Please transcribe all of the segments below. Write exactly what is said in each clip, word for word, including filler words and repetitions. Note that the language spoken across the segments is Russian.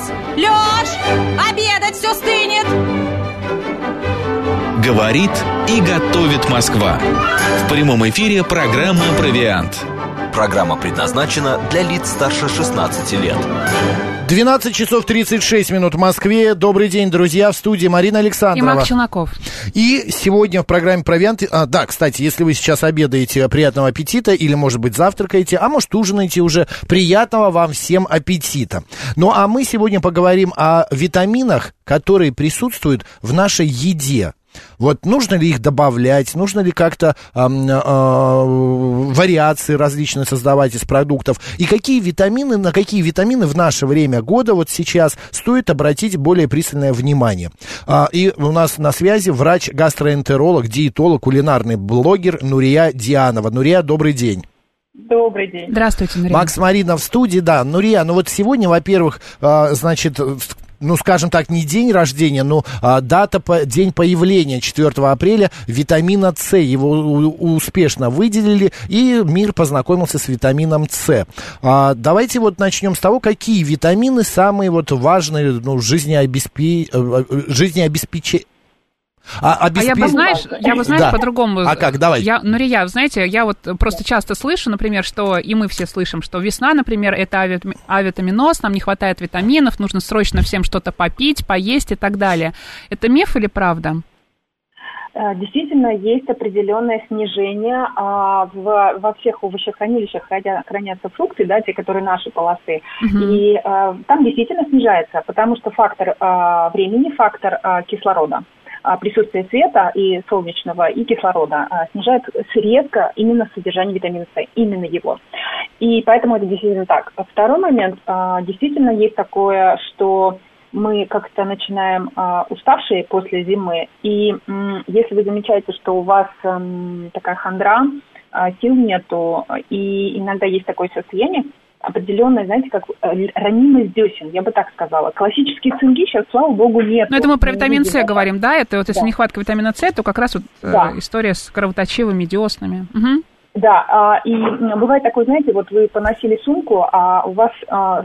Лёш, обедать все стынет. Говорит и готовит Москва. В прямом эфире программа «Провиант». Программа предназначена для лиц старше шестнадцати лет. двенадцать часов тридцать шесть минут в Москве. Добрый день, друзья, в студии Марина Александрова. И Марк Челноков. И сегодня в программе «Провиант». А, да, кстати, если вы сейчас обедаете, приятного аппетита, или, может быть, завтракаете, а может, ужинаете уже, приятного вам всем аппетита. Ну, а мы сегодня поговорим о витаминах, которые присутствуют в нашей еде. Вот нужно ли их добавлять, нужно ли как-то э, э, вариации различные создавать из продуктов, и какие витамины, на какие витамины в наше время года вот сейчас стоит обратить более пристальное внимание. А, и у нас на связи врач-гастроэнтеролог, диетолог, кулинарный блогер Нурия Дианова. Нурия, добрый день. Добрый день. Здравствуйте, Нурия. Макс Марина в студии, да. Нурия, ну вот сегодня, во-первых, э, значит... ну, скажем так, не день рождения, но а, дата, по, день появления четвёртого апреля витамина С. Его у, успешно выделили, и мир познакомился с витамином С. А, давайте вот начнем с того, какие витамины самые вот важные, ну, жизнеобеспе... жизнеобеспечения. А, а, бесп... а я бы, знаешь, я бы, знаешь, да. по-другому... А как, давай. Я, Нурия, знаете, я вот просто часто слышу, например, что, и мы все слышим, что весна, например, это авитаминоз, нам не хватает витаминов, нужно срочно всем что-то попить, поесть и так далее. Это миф или правда? Действительно, есть определенное снижение а, в, во всех овощехранилищах хранятся фрукты, да, те, которые наши полосы, uh-huh. и а, там действительно снижается, потому что фактор а, времени, фактор а, кислорода, присутствие света и солнечного, и кислорода а, снижает резко именно содержание витамина С, именно его. И поэтому это действительно так. Второй момент, а, действительно есть такое, что мы как-то начинаем а, уставшие после зимы, и м, если вы замечаете, что у вас м, такая хандра, а, сил нету, и иногда есть такое состояние, определенная, знаете, как ранимость десен, я бы так сказала. Классические цинги сейчас, слава богу, нет. Но это мы про витамин С говорим, да? Это вот если да. нехватка витамина С, то как раз вот да. э, история с кровоточивыми деснами. Угу. Да, и бывает такое, знаете, вот вы поносили сумку, а у вас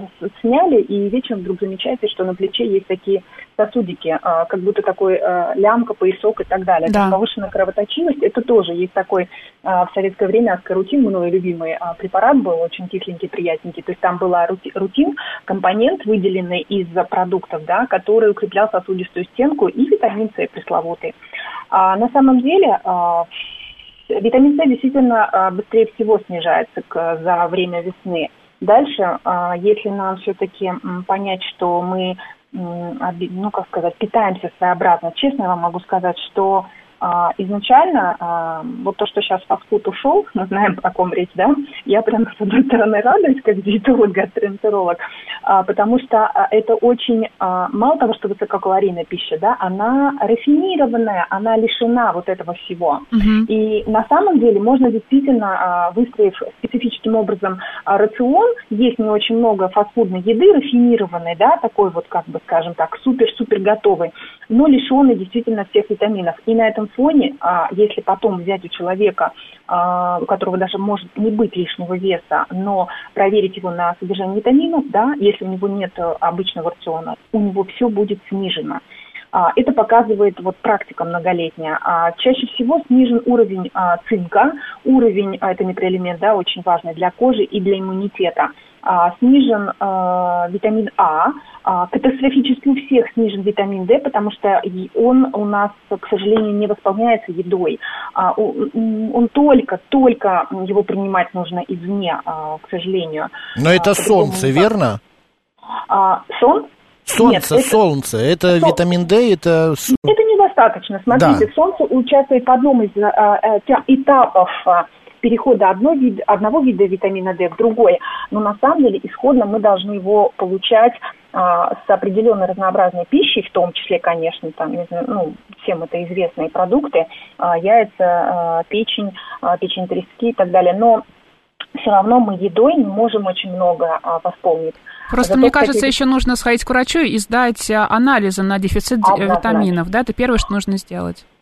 сняли, и вечером вдруг замечаете, что на плече есть такие сосудики, как будто такой лямка, поясок и так далее. Да. Повышенная кровоточивость, это тоже есть такой в советское время аскорутин, мной любимый препарат был, очень кисленький, приятненький. То есть там был рутин, компонент, выделенный из продуктов, да, который укреплял сосудистую стенку, и витамин С пресловутый. А на самом деле... Витамин С действительно быстрее всего снижается к, за время весны. Дальше, если нам все-таки понять, что мы, ну, как сказать, питаемся своеобразно, честно я вам могу сказать, что изначально, вот то, что сейчас фастфуд ушел, мы знаем, о ком речь, да, я прям с одной стороны радуюсь, как диетолог, гастроэнтеролог, потому что это очень, мало того, что высококалорийная пища, да, она рафинированная, она лишена вот этого всего. Uh-huh. И на самом деле можно действительно, выстроив специфическим образом рацион, есть не очень много фастфудной еды, рафинированной, да, такой вот, как бы, скажем так, супер-супер готовой, но лишенной действительно всех витаминов. И на этом фоне, если потом взять у человека, у которого даже может не быть лишнего веса, но проверить его на содержание витаминов, да, если у него нет обычного рациона, у него все будет снижено. Это показывает вот практика многолетняя. Чаще всего снижен уровень цинка, уровень, это микроэлемент, да, очень важный для кожи и для иммунитета. Снижен витамин А, катастрофически у всех снижен витамин D, потому что он у нас, к сожалению, не восполняется едой. Он только-только его принимать нужно извне, к сожалению. Но это солнце, верно? Сон? Солнце, Нет, это... солнце, это Сол... витамин D, это... Это недостаточно. Смотрите, да. Солнце участвует в одном из э, этапов перехода одной вид, одного вида витамина D в другой. Но на самом деле исходно мы должны его получать а, с определенной разнообразной пищей, в том числе, конечно, там, ну, всем это известные продукты, а, яйца, а, печень, а, печень трески и так далее. Но все равно мы едой не можем очень много а, восполнить. Просто, Зато, мне кажется, кстати, еще нужно сходить к врачу и сдать анализы на дефицит однозначно. Витаминов, да? Это первое, что нужно сделать.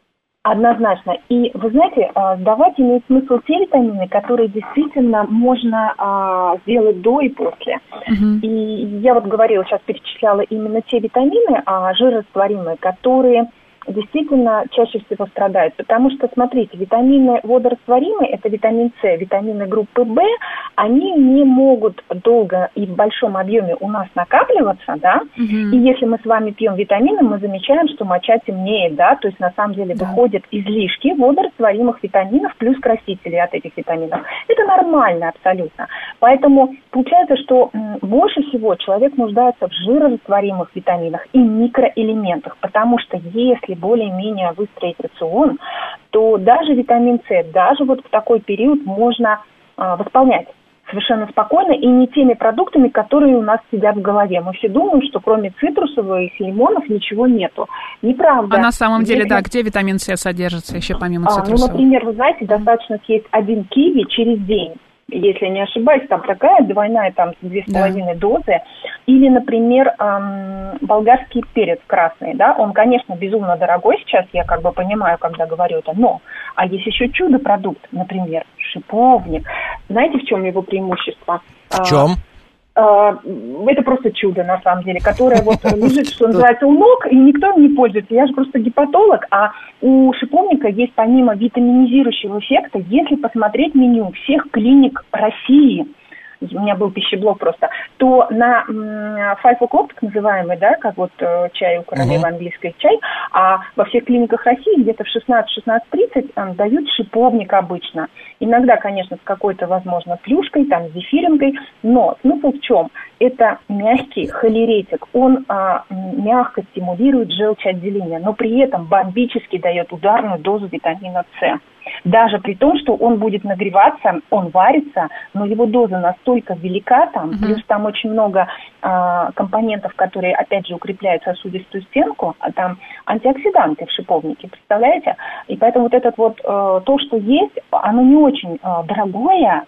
Однозначно. И, вы знаете, сдавать имеет смысл те витамины, которые действительно можно а, сделать до и после. Uh-huh. И я вот говорила, сейчас перечисляла именно те витамины, а, жирорастворимые, которые действительно чаще всего страдают. Потому что, смотрите, витамины водорастворимые, это витамин С, витамины группы В, они не могут долго и в большом объеме у нас накапливаться, да, угу. И если мы с вами пьем витамины, мы замечаем, что моча темнеет, да, то есть на самом деле да. выходят излишки водорастворимых витаминов плюс красители от этих витаминов. Это нормально абсолютно. Поэтому получается, что м, больше всего человек нуждается в жирорастворимых витаминах и микроэлементах, потому что если более-менее выстроить рацион, то даже витамин С, даже вот в такой период можно а, восполнять совершенно спокойно и не теми продуктами, которые у нас сидят в голове. Мы все думаем, что кроме цитрусовых и лимонов ничего нету. Неправда. А на самом деле, Если... да, где витамин С содержится еще помимо цитрусовых? А, ну, например, вы знаете, достаточно съесть один киви через день. Если не ошибаюсь, там такая двойная, там, две с половиной да. дозы. Или, например, эм, болгарский перец красный, да, он, конечно, безумно дорогой сейчас, я как бы понимаю, когда говорю это, но, а есть еще чудо-продукт, например, шиповник. Знаете, в чем его преимущество? В чем? Это просто чудо, на самом деле, которое вот лежит, что называется, у ног, и никто им не пользуется. Я же просто гепатолог, а у шиповника есть помимо витаминизирующего эффекта, если посмотреть меню всех клиник России, у меня был пищеблок просто, то на five o'clock, так называемый, да, как вот э, чай у королевы uh-huh. английской чай, а во всех клиниках России где-то в шестнадцать-шестнадцать тридцать э, дают шиповник обычно. Иногда, конечно, с какой-то, возможно, плюшкой, там, зефиринкой, но смысл в чем? Это мягкий холеретик, он а, мягко стимулирует желчеотделение, но при этом бомбически дает ударную дозу витамина С. Даже при том, что он будет нагреваться, он варится, но его доза настолько велика там, uh-huh. плюс там очень много а, компонентов, которые, опять же, укрепляют сосудистую стенку, а там антиоксиданты в шиповнике, представляете? И поэтому вот это вот а, то, что есть, оно не очень а, дорогое,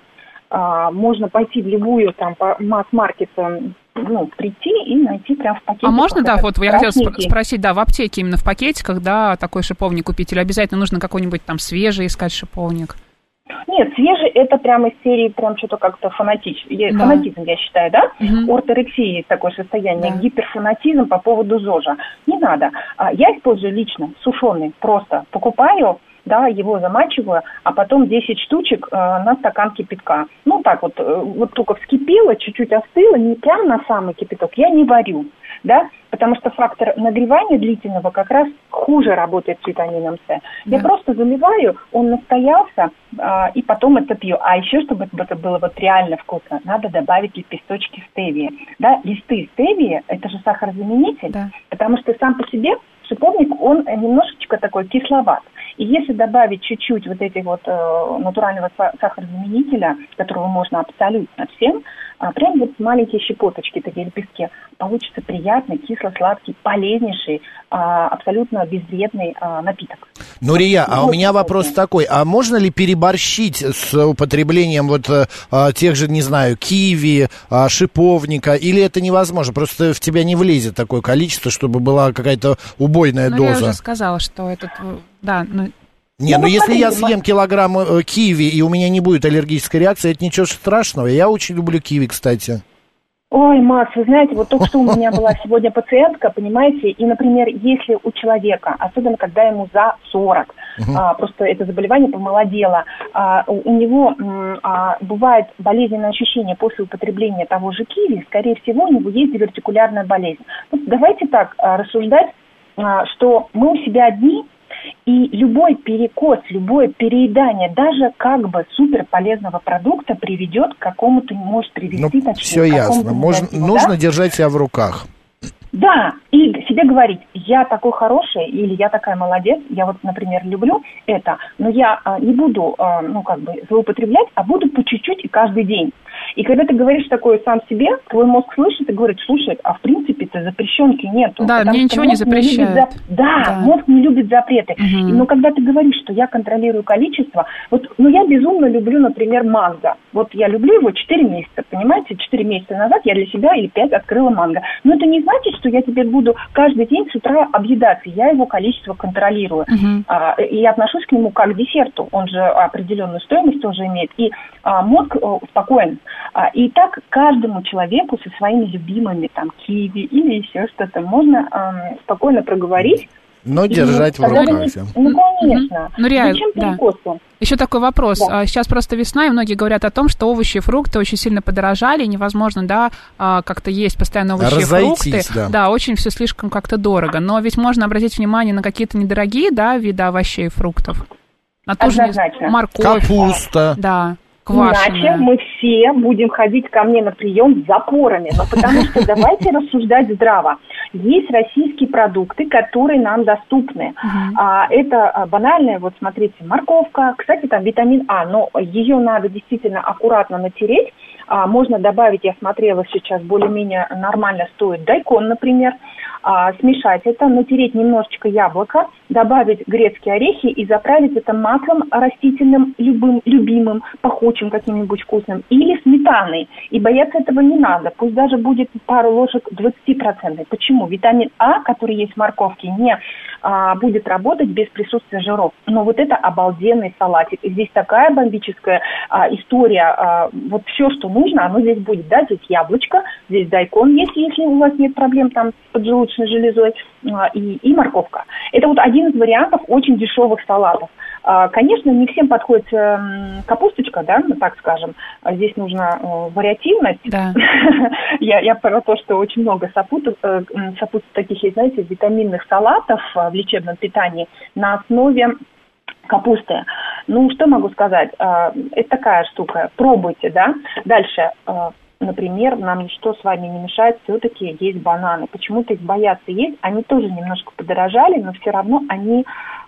а, можно пойти в любую там по масс-маркет, ну, прийти и найти прям в пакете. А можно, да, вот я хотела спросить, да, в аптеке именно в пакетиках, да, такой шиповник купить, или обязательно нужно какой-нибудь там свежий искать шиповник? Нет, свежий это прям из серии прям что-то как-то фанатич. Да. Фанатизм, я считаю, да? Угу. Орторексия есть такое состояние, да. Гиперфанатизм по поводу ЗОЖа. Не надо. Я использую лично сушеный, просто покупаю, да, его замачиваю, а потом десять штучек э, на стакан кипятка. Ну, так вот, э, вот только вскипело, чуть-чуть остыло, не прям на самый кипяток, я не варю, да, потому что фактор нагревания длительного как раз хуже работает с витамином С. Да. Я просто заливаю, он настоялся, э, и потом это пью. А еще, чтобы это было вот реально вкусно, надо добавить лепесточки стевии. Да, листы стевии, это же сахарозаменитель, да. Потому что сам по себе шиповник, он немножечко такой кисловат. И если добавить чуть-чуть вот этих вот э, натурального сахарозаменителя, которого можно абсолютно всем, а, прям вот маленькие щепоточки, такие лепестки, получится приятный, кисло-сладкий, полезнейший, а, абсолютно безвредный а, напиток. Нурия, а у меня вопрос такой, а можно ли переборщить с употреблением вот а, тех же, не знаю, киви, а, шиповника, или это невозможно, просто в тебя не влезет такое количество, чтобы была какая-то убойная ну, доза? Я уже сказала, что этот, да, ну... Не, ну, ну если я съем килограмм э, киви, и у меня не будет аллергической реакции, это ничего страшного. Я очень люблю киви, кстати. Ой, Макс, вы знаете, вот только что у меня была сегодня пациентка, понимаете, и, например, если у человека, особенно когда ему за сорок, uh-huh. а, просто это заболевание помолодело, а, у, у него а, бывает болезненное ощущение после употребления того же киви, скорее всего, у него есть дивертикулярная болезнь. Вот давайте так а, рассуждать, а, что мы у себя одни, и любой перекос, любое переедание даже как бы супер полезного продукта приведет к какому-то, может привести, ну, точнее, все ясно. Можно, негативу, нужно да? держать себя в руках. Да, и себе говорить, я такой хороший или я такая молодец, я вот, например, люблю это, но я а, не буду, а, ну, как бы, злоупотреблять, а буду по чуть-чуть и каждый день. И когда ты говоришь такое сам себе, твой мозг слышит и говорит, слушай, а в принципе-то запрещенки нету. Да, мне ничего не запрещают. Не зап... да, да, мозг не любит запреты. Угу. Но когда ты говоришь, что я контролирую количество, вот, ну я безумно люблю, например, манго. Вот я люблю его четыре месяца, понимаете? четыре месяца назад я для себя или пять открыла манго. Но это не значит, что я теперь буду каждый день с утра объедаться. Я его количество контролирую. Uh-huh. А, и отношусь к нему как к десерту. Он же определенную стоимость тоже имеет. И а, мозг а, спокоен. А, и так каждому человеку со своими любимыми, там, киви или еще что-то, можно а, спокойно проговорить. Но держать в руках. Не... Ну, конечно. Mm-hmm. Ну, реально, зачем перекосы? Да. Еще такой вопрос. Да. Сейчас просто весна, и многие говорят о том, что овощи и фрукты очень сильно подорожали, невозможно, да, как-то есть постоянно овощи Разойтись, и фрукты. Да. да, очень все слишком как-то дорого. Но ведь можно обратить внимание на какие-то недорогие, да, виды овощей и фруктов. На ту же морковь. Капуста. Да. Квашеная. Иначе мы все будем ходить ко мне на прием с запорами. Но потому что давайте рассуждать здраво. Есть российские продукты, которые нам доступны. Uh-huh. А, это банальная, вот смотрите, морковка. Кстати, там витамин А, но ее надо действительно аккуратно натереть. А, можно добавить, я смотрела сейчас, более-менее нормально стоит дайкон, например. А, смешать это, натереть немножечко яблоко, добавить грецкие орехи и заправить это маслом растительным, любым, любимым, пахучим каким-нибудь вкусным, или сметаной. И бояться этого не надо. Пусть даже будет пару ложек двадцать процентов. Почему? Витамин А, который есть в морковке, не а, будет работать без присутствия жиров. Но вот это обалденный салатик. Здесь такая бомбическая а, история. А, вот все, что нужно, оно здесь будет. Да, здесь яблочко, здесь дайкон есть, если у вас нет проблем там с поджелудочной железой, а, и, и морковка. Это вот один из вариантов очень дешевых салатов. А, конечно, не всем подходит э, капусточка, да, ну, так скажем. Здесь нужна э, вариативность. Да. я, я про то, что очень много сопутов, э, сопутов таких, есть, знаете, витаминных салатов в лечебном питании на основе капусты. Ну, что могу сказать? Э, это такая штука. Пробуйте, да. Дальше. Э, Например, нам ничто с вами не мешает все-таки есть бананы. Почему-то их боятся есть. Они тоже немножко подорожали, но все равно они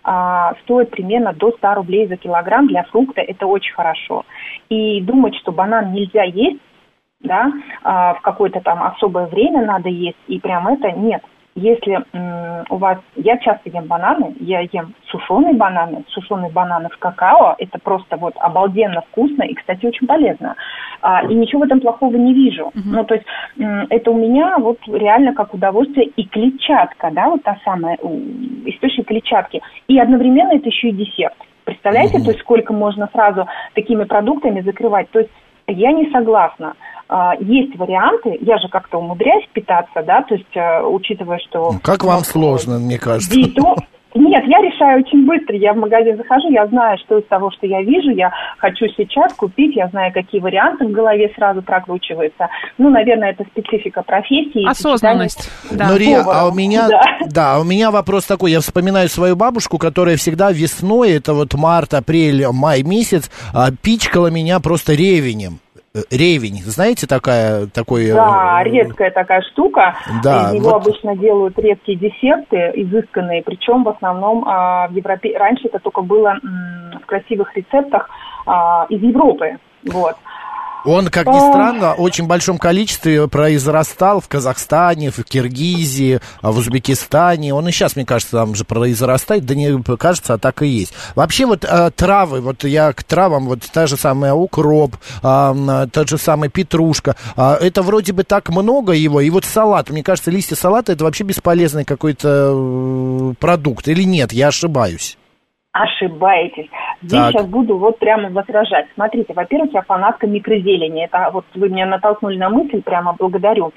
а, стоят примерно до ста рублей за килограмм. Для фрукта это очень хорошо. И думать, что банан нельзя есть, да, а, в какое-то там особое время надо есть, и прям это нет. Если м, у вас... Я часто ем бананы, я ем сушеные бананы, сушеные бананы в какао. Это просто вот обалденно вкусно и, кстати, очень полезно. А, и ничего в этом плохого не вижу. Uh-huh. Ну, то есть м, это у меня вот реально как удовольствие и клетчатка, да, вот та самая, источник клетчатки. И одновременно это еще и десерт. Представляете, uh-huh. то есть сколько можно сразу такими продуктами закрывать? То есть я не согласна. Есть варианты, я же как-то умудряюсь питаться, да, то есть, учитывая, что... Как вам сложно, мне кажется. Диету... Нет, я решаю очень быстро. Я в магазин захожу, я знаю, что из того, что я вижу, я хочу сейчас купить, я знаю, какие варианты в голове сразу прокручиваются. Ну, наверное, это специфика профессии. Осознанность. Да. Но, Рия, а у меня, да. да, у меня вопрос такой. Я вспоминаю свою бабушку, которая всегда весной, это вот март, апрель, май месяц, пичкала меня просто ревенем. Ревень, знаете, такая, такой... Да, редкая такая штука. Да, из него вот... обычно делают редкие десерты, изысканные, причем в основном а, в Европе... Раньше это только было м- в красивых рецептах а, из Европы, вот. Он, как ни странно, в очень большом количестве произрастал в Казахстане, в Киргизии, в Узбекистане. Он и сейчас, мне кажется, там же произрастает. Да не кажется, а так и есть. Вообще вот э, травы, вот я к травам, вот та же самая укроп, э, та же самая петрушка. Э, это вроде бы так много его. И вот салат, мне кажется, листья салата это вообще бесполезный какой-то э, продукт. Или нет, я ошибаюсь. Ошибаетесь. Здесь так. Сейчас буду вот прямо возражать. Смотрите, во-первых, я фанатка микрозелени. Это вот вы меня натолкнули на мысль, прямо благодарю.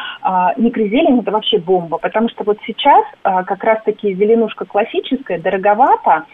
А, микрозелень это вообще бомба, потому что вот сейчас а, как раз-таки зеленушка классическая, дороговато,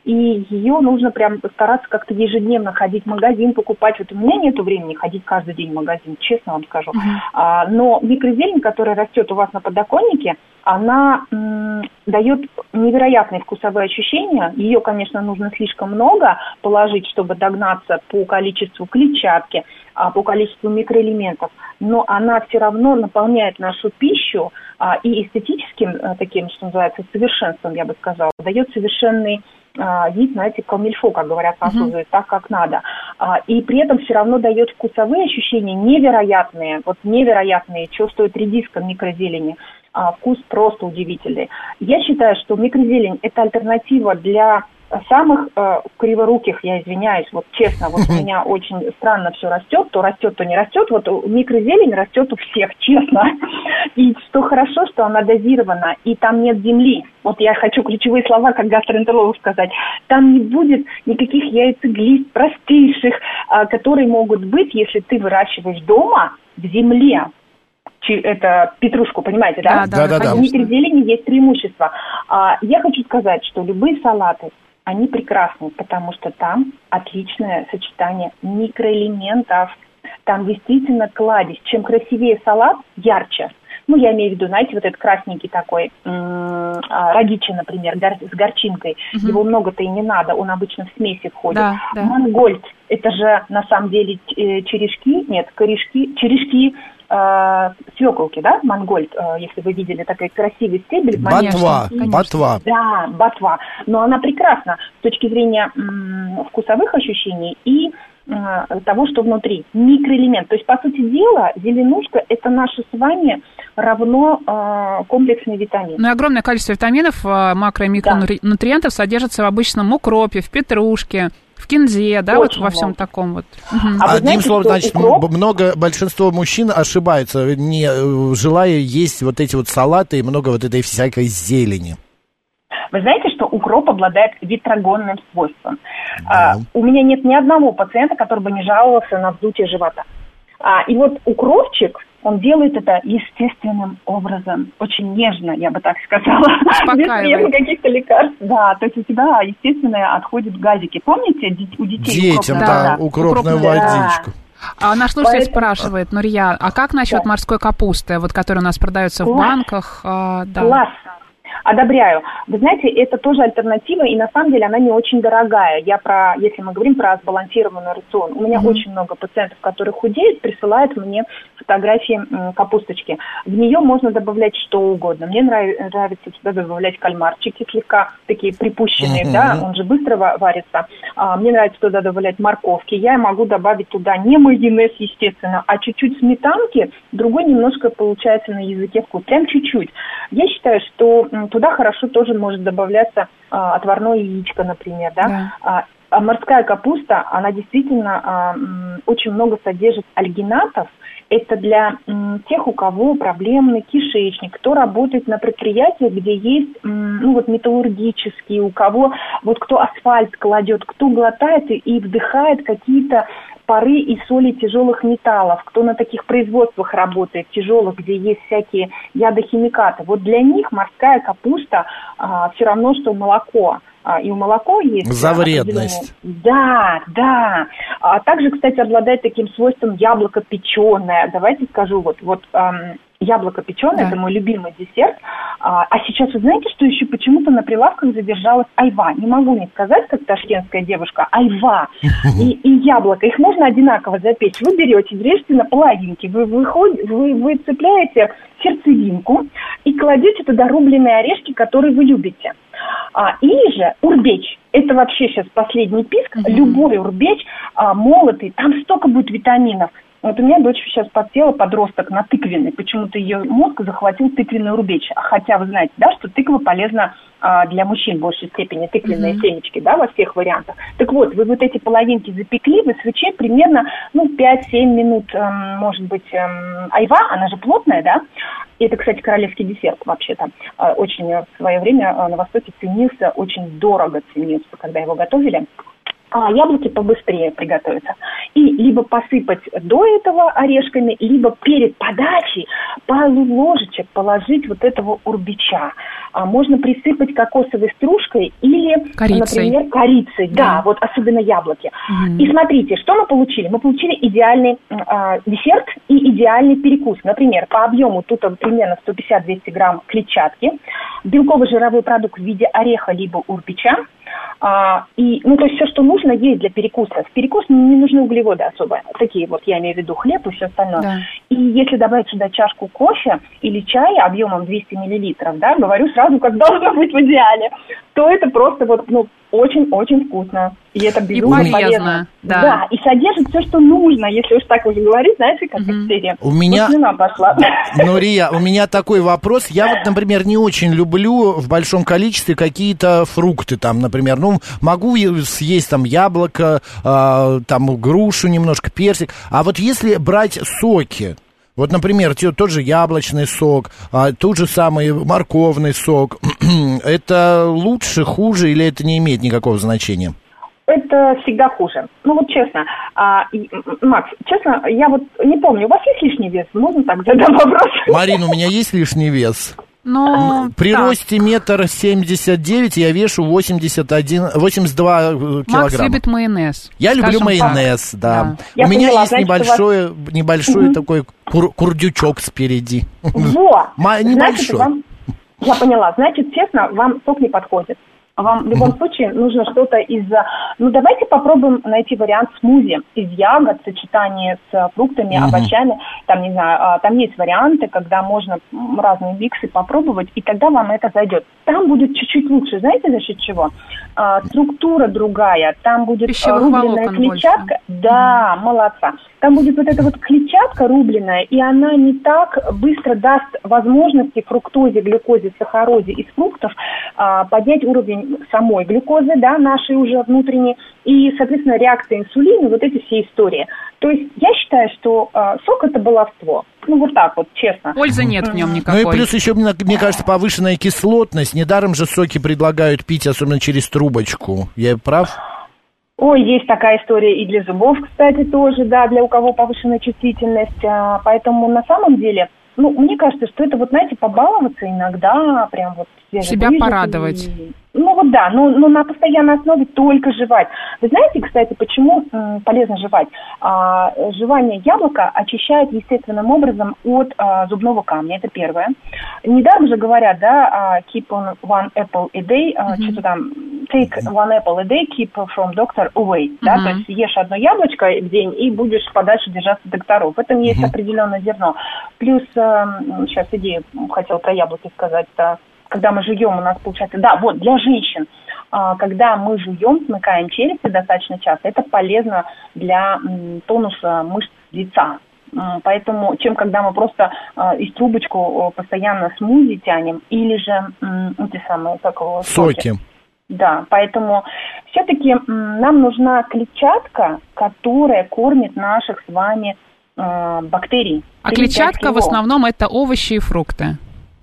и ее нужно прям стараться как-то ежедневно ходить в магазин, покупать. Вот у меня нету времени ходить каждый день в магазин, честно вам скажу. Uh-huh. А, но микрозелень, которая растет у вас на подоконнике, она м, дает невероятные вкусовые ощущения. Ее, конечно, нужно слишком много положить, чтобы догнаться по количеству клетчатки, а, по количеству микроэлементов. Но она все равно наполняет нашу пищу а, и эстетическим а, таким, что называется, совершенством, я бы сказала, дает совершенный а, есть, знаете, камильфо, как говорят французы, mm-hmm. так, как надо. А, и при этом все равно дает вкусовые ощущения невероятные, вот невероятные, чувствует редиска микрозелени. А, вкус просто удивительный. Я считаю, что микрозелень – это альтернатива для самых э, криворуких, я извиняюсь, вот честно, вот у меня очень странно все растет, то растет, то не растет, вот микрозелень растет у всех, честно. И что хорошо, что она дозирована, и там нет земли. Вот я хочу ключевые слова, как гастроэнтеролог сказать. Там не будет никаких яйцеглист простейших, э, которые могут быть, если ты выращиваешь дома в земле. Это петрушку, понимаете, да? Да, да, да. У микрозелени есть преимущество. А, я хочу сказать, что любые салаты, они прекрасны, потому что там отличное сочетание микроэлементов. Там действительно кладезь. Чем красивее салат, ярче. Ну, я имею в виду, знаете, вот этот красненький такой, м- радичи, например, гор- с горчинкой. Угу. Его много-то и не надо, он обычно в смеси входит. Да, да. Мангольд, это же на самом деле черешки, нет, корешки, черешки, э, свеколки, да, мангольд, э, если вы видели такой красивый стебель. Ботва, конечно. ботва. Да, ботва. Но она прекрасна с точки зрения м- вкусовых ощущений и того, что внутри. Микроэлемент. То есть, по сути дела, зеленушка – это наше с вами равно э, комплексный витамин. Ну и огромное количество витаминов, макро- и микронутриентов да. содержится в обычном укропе, в петрушке, в кинзе, да, очень вот во всем много. таком вот. Угу. А Одним словом, значит, укроп... много, большинство мужчин ошибаются, не желая есть вот эти вот салаты и много вот этой всякой зелени. Вы знаете, что укроп обладает ветрогонным свойством. Да. А, у меня нет ни одного пациента, который бы не жаловался на вздутие живота. А, и вот укропчик, он делает это естественным образом, очень нежно, я бы так сказала, без приема каких-то лекарств. Да, то есть у тебя, естественно, отходят газики. Помните, у детей детям, да, укропную водичку. А наш слушатель Поэтому... спрашивает, Нурия, а как насчет да. морской капусты, вот которая у нас продается Класс. в банках? А, да. Класс. Одобряю. Вы знаете, это тоже альтернатива, и на самом деле она не очень дорогая. Я про, если мы говорим про сбалансированный рацион, у меня mm-hmm. очень много пациентов, которые худеют, присылают мне фотографии м, капусточки. В нее можно добавлять что угодно. Мне нрав- нравится сюда добавлять кальмарчики слегка такие припущенные, mm-hmm. да, он же быстро варится. А, мне нравится туда добавлять морковки. Я могу добавить туда не майонез, естественно, а чуть-чуть сметанки, другой немножко получается на языке вкус, прям чуть-чуть. Я считаю, что туда хорошо тоже может добавляться а, отварное яичко, например, да. да. А, а морская капуста, она действительно а, м, очень много содержит альгинатов. Это для м, тех, у кого проблемный кишечник, кто работает на предприятиях, где есть, м, ну вот металлургические, у кого, вот кто асфальт кладет, кто глотает и, и вдыхает какие-то пары и соли тяжелых металлов, кто на таких производствах работает, тяжелых, где есть всякие ядохимикаты. Вот для них морская капуста а, все равно, что молоко. А, и у молока есть... За вредность. Да, да. А также, кстати, обладает таким свойством яблоко печеное. Давайте скажу, вот, вот эм, яблоко печеное, да. это мой любимый десерт. А, а сейчас вы знаете, что еще почему-то на прилавках задержалась айва. Не могу не сказать, как ташкентская девушка, айва и, и яблоко. Их можно одинаково запечь. Вы берете, режете на половинки, вы, выходите, вы, вы цепляете сердцевинку и кладете туда рубленые орешки, которые вы любите. А, или же урбеч. Это вообще сейчас последний писк. Mm-hmm. Любой урбеч а, молотый, там столько будет витаминов. Вот у меня дочь сейчас подсела, подросток, на тыквенный. Почему-то ее мозг захватил тыквенный урбеч. Хотя вы знаете, да, что тыква полезна а, для мужчин в большей степени. Тыквенные mm-hmm. семечки, да, во всех вариантах. Так вот, вы вот эти половинки запекли, вы свечей примерно, ну, пять-семь минут, эм, может быть, эм, айва, она же плотная, да. Это, кстати, королевский десерт вообще-то. Очень в свое время на Востоке ценился, очень дорого ценился, когда его готовили. А яблоки побыстрее приготовятся. И либо посыпать до этого орешками, либо перед подачей пару ложечек положить вот этого урбича. А можно присыпать кокосовой стружкой или, корицей. например, корицей. Да, да, вот особенно яблоки. Угу. И смотрите, что мы получили? Мы получили идеальный э, десерт и идеальный перекус. Например, по объему тут примерно сто пятьдесят - двести грамм клетчатки, белково-жировой продукт в виде ореха либо урбича. А, и, ну, то есть все, что нужно, есть для перекуса. В перекус не, не нужны углеводы особо. Такие вот, я имею в виду хлеб и все остальное. Да. И если добавить сюда чашку кофе или чая объемом двести миллилитров, да, говорю сразу, как должно быть в идеале, то это просто вот, ну, очень-очень вкусно. И это безумно и полезно, полезно. да. Да, и содержит все, что нужно, если уж так уже говорить, знаете, как из серии. У меня... Слюна пошла. Ну, Рия, у меня такой вопрос. Я вот, например, не очень люблю в большом количестве какие-то фрукты там, например. Ну, могу съесть там яблоко, э, там грушу немножко, персик. А вот если брать соки, вот, например, тот же яблочный сок, а, тот же самый морковный сок, это лучше, хуже или это не имеет никакого значения? Это всегда хуже. Ну вот честно, а, и, Макс, честно, я вот не помню, у вас есть лишний вес? Можно так задам вопрос? Марина, у меня есть лишний вес? Ну, При так. росте метр семьдесят девять я вешу восемьдесят один, восемьдесят два килограмма. Макс любит майонез. Я люблю скажем майонез, так. да. Да. Я У меня поняла, есть значит, небольшой, вас... небольшой Угу. такой кур- курдючок спереди. Во! Ма- Значит, небольшой. вам... Я поняла. Значит, честно, вам сок не подходит. Вам в любом случае нужно что-то из... Ну, давайте попробуем найти вариант смузи из ягод в сочетании с фруктами, Мгм. овощами. Там, не знаю, а, там есть варианты, когда можно м, разные миксы попробовать, и тогда вам это зайдет. Там будет чуть-чуть лучше. Знаете, за счет чего? А, структура другая. Там будет а, Пищевых рубленная волокон клетчатка. больше. Да, молодца. Там будет вот эта вот клетчатка рубленная, и она не так быстро даст возможности фруктозе, глюкозе, сахарозе из фруктов а, поднять уровень самой глюкозы, да, нашей уже внутренней, и, соответственно, реакция инсулина, вот эти все истории. То есть я считаю, что а, сок – это баловство. Ну, вот так вот, честно. Пользы нет в нем никакой. Ну и плюс еще, мне, мне кажется, повышенная кислотность. Недаром же соки предлагают пить, особенно через трубочку. Я прав? Ой, есть такая история и для зубов, кстати, тоже, да, для у кого повышенная чувствительность. А, поэтому на самом деле, ну, мне кажется, что это вот, знаете, побаловаться иногда, прям вот себя свежевыжатый. порадовать. Ну вот да, но, но на постоянной основе только жевать. Вы знаете, кстати, почему м, полезно жевать? А, жевание яблока очищает естественным образом от а, зубного камня, это первое. Недаром же говорят, да, а, keep on one apple a day, а, Mm-hmm. что-то там, take one apple a day, keep from doctor away, Mm-hmm. да, то есть ешь одно яблочко в день и будешь подальше держаться докторов. В этом есть Mm-hmm. определенное зерно. Плюс, а, сейчас идею хотела про яблоки сказать, а, когда мы жуем, у нас получается, да, вот, для женщин, а, когда мы жуем, смыкаем челюсти достаточно часто, это полезно для м, тонуса мышц лица. М, Поэтому, чем когда мы просто а, из трубочку о, постоянно смузи тянем, или же м, эти самые, как его, Соки. Да, поэтому все-таки м, нам нужна клетчатка, которая кормит наших с вами э, бактерий. А Прежде клетчатка в всего. основном это овощи и фрукты.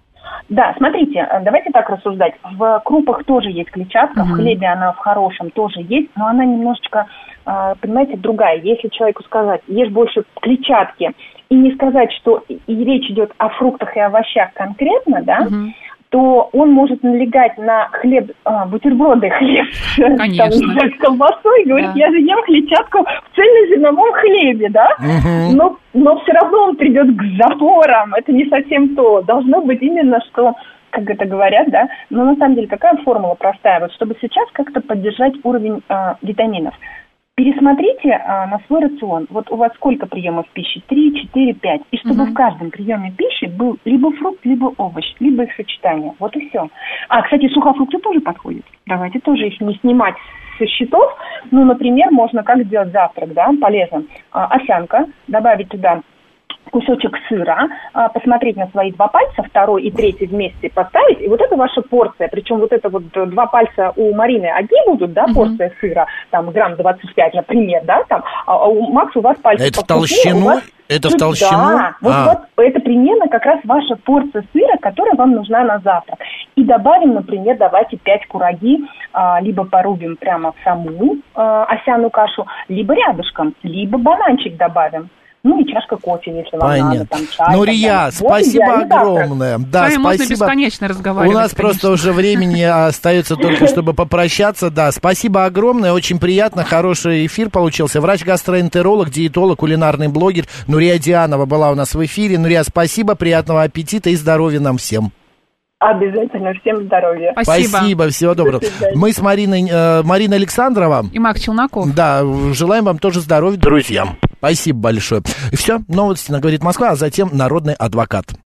Да, смотрите, давайте так рассуждать. В крупах тоже есть клетчатка, Мгм. в хлебе она в хорошем тоже есть, но она немножечко, а, понимаете, другая. Если человеку сказать, ешь больше клетчатки, и не сказать, что и и речь идет о фруктах и овощах конкретно, да, Мгм. то он может налегать на хлеб, а, бутерброды, хлеб Конечно. там, с колбасой, и говорит, Да. я же ем клетчатку в цельнозерновом хлебе, да? Мгм. Но, но все равно он придет к запорам, это не совсем то. Должно быть именно, что, как это говорят, да, но на самом деле какая формула простая, вот чтобы сейчас как-то поддержать уровень а, витаминов. Пересмотрите а, на свой рацион. Вот у вас сколько приемов пищи? Три, четыре, пять. И чтобы Мгм. в каждом приеме пищи был либо фрукт, либо овощ, либо их сочетание. Вот и все. А, кстати, сухофрукты тоже подходят. Давайте тоже их не снимать со счетов. Ну, например, можно как сделать завтрак, да, полезно. А, овсянка, добавить туда кусочек сыра, а, посмотреть на свои два пальца, второй и третий вместе поставить, и вот это ваша порция. Причем вот это вот э, два пальца у Марины одни будут, да, Мгм. порция сыра, там грамм двадцать пять, например, да, там, а а у Макса у вас пальцы Это в покрупнее, у толщину? вас Это в чуть- толщину? Да, вот, А. вот это примерно как раз ваша порция сыра, которая вам нужна на завтрак. И добавим, например, давайте пять кураги, а, либо порубим прямо в саму а, овсяную кашу, либо рядышком, либо бананчик добавим. Ну и чашка кофе, если вам надо, Понятно. там чай. Ну, и так Рия, далее. Вот спасибо идеальный завтрак. огромное. Да, С вами можно спасибо. бесконечно У разговаривать. нас просто уже времени остается только, чтобы попрощаться. Да, спасибо огромное, очень приятно, хороший эфир получился. Врач-гастроэнтеролог, диетолог, кулинарный блогер Нурия Дианова была у нас в эфире. Нурия, спасибо, приятного аппетита и здоровья нам всем. Обязательно. Всем здоровья. Спасибо. Спасибо, всего доброго. До свидания. Мы с Мариной, э, Марина Александрова. И Мак Челноков. Да, желаем вам тоже здоровья, друзья. Спасибо большое. И все, новости на «Говорит Москва», а затем «Народный адвокат».